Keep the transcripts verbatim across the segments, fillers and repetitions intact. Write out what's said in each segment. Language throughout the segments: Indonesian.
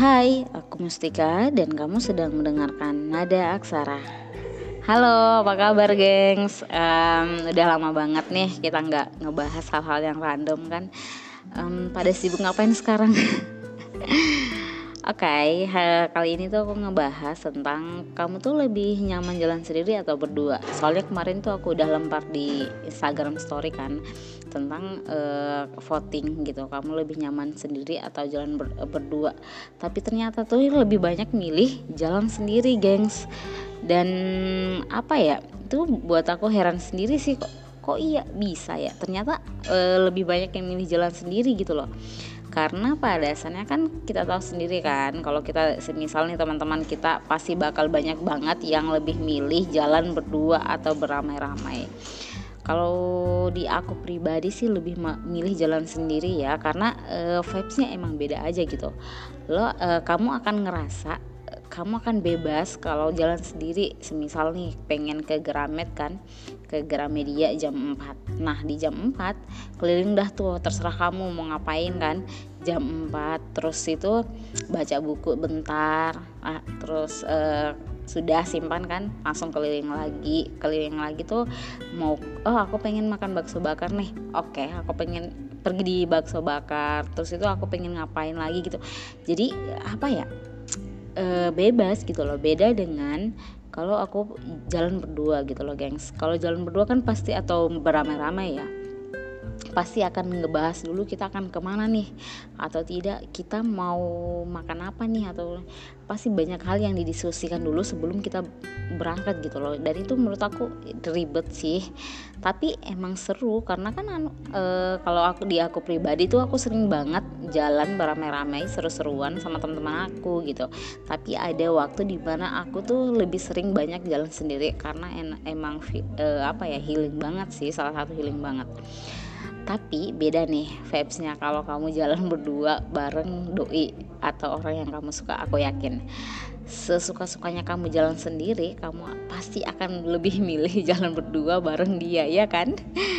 Hai, aku Mustika dan kamu sedang mendengarkan Nada Aksara. Halo, apa kabar gengs? Um, udah lama banget nih kita nggak ngebahas hal-hal yang random kan. um, Pada sibuk ngapain sekarang? Oke, okay, kali ini tuh aku ngebahas tentang kamu tuh lebih nyaman jalan sendiri atau berdua. Soalnya kemarin tuh aku udah lempar di Instagram story kan tentang uh, voting gitu. Kamu lebih nyaman sendiri atau jalan ber- berdua. Tapi ternyata tuh lebih banyak milih jalan sendiri, gengs. Dan apa ya? Itu buat aku heran sendiri sih kok. Kok iya bisa ya? Ternyata uh, lebih banyak yang milih jalan sendiri gitu loh. Karena pada dasarnya kan kita tahu sendiri kan, kalau kita semisal nih teman-teman kita pasti bakal banyak banget yang lebih milih jalan berdua atau beramai-ramai. Kalau di aku pribadi sih lebih ma- milih jalan sendiri ya, karena e, vibes-nya emang beda aja gitu. Lo e, kamu akan ngerasa kamu akan bebas kalau jalan sendiri. Semisal nih pengen ke Gramet kan, ke Gramedia jam empat. Nah di jam empat keliling dah tuh, terserah kamu mau ngapain kan. Jam empat terus itu baca buku bentar, ah, terus eh, sudah simpan kan, langsung keliling lagi. Keliling lagi tuh mau, oh aku pengen makan bakso bakar nih, oke aku pengen pergi di bakso bakar. Terus itu aku pengen ngapain lagi gitu. Jadi apa ya, e, bebas gitu loh. Beda dengan kalau aku jalan berdua gitu loh gengs. Kalau jalan berdua kan pasti, atau beramai-ramai ya, pasti akan ngebahas dulu kita akan kemana nih, atau tidak kita mau makan apa nih, atau pasti banyak hal yang didiskusikan dulu sebelum kita berangkat gitu loh. Dan itu menurut aku ribet sih, tapi emang seru karena kan anu, e, kalau aku di aku pribadi tuh aku sering banget jalan beramai-ramai seru-seruan sama teman-teman aku gitu. Tapi ada waktu di mana aku tuh lebih sering banyak jalan sendiri karena en- emang e, apa ya healing banget sih, salah satu healing banget. Tapi beda nih vibes-nya kalau kamu jalan berdua bareng doi atau orang yang kamu suka. Aku yakin sesuka-sukanya kamu jalan sendiri, kamu pasti akan lebih milih jalan berdua bareng dia, ya kan?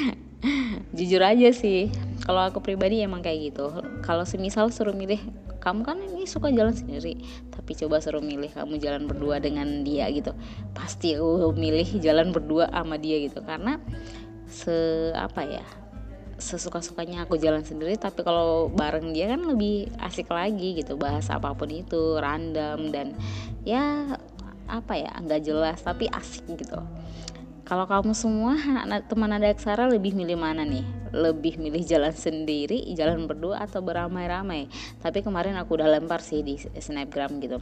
Jujur aja sih, kalau aku pribadi emang kayak gitu. Kalau semisal suruh milih, kamu kan ini suka jalan sendiri, tapi coba suruh milih kamu jalan berdua dengan dia gitu, pasti aku milih jalan berdua sama dia gitu. Karena se apa ya, sesuka-sukanya aku jalan sendiri, tapi kalau bareng dia kan lebih asik lagi gitu, bahas apapun itu random dan ya apa ya, nggak jelas tapi asik gitu. Kalau kamu semua teman Nada Aksara lebih milih mana nih? Lebih milih jalan sendiri, jalan berdua, atau beramai-ramai? Tapi kemarin aku udah lempar sih di snapgram gitu.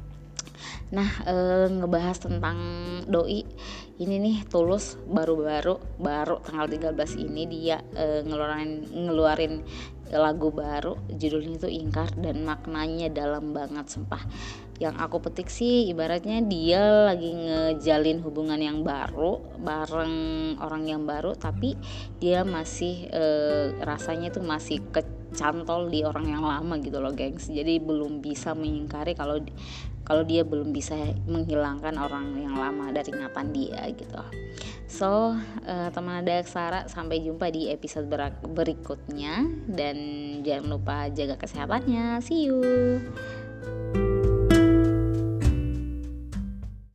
Nah e, ngebahas tentang doi ini nih, Tulus baru-baru baru tanggal tiga belas ini dia e, ngeluarin ngeluarin lagu baru, judulnya itu Ingkar, dan maknanya dalam banget sumpah. Yang aku petik sih ibaratnya dia lagi ngejalin hubungan yang baru bareng orang yang baru, tapi dia masih e, rasanya tuh masih kecantol di orang yang lama gitu loh gengs. Jadi belum bisa mengingkari kalau kalau dia belum bisa menghilangkan orang yang lama dari ingatan dia gitu. So uh, teman Nada Aksara, sampai jumpa di episode ber- berikutnya, dan jangan lupa jaga kesehatannya. See you.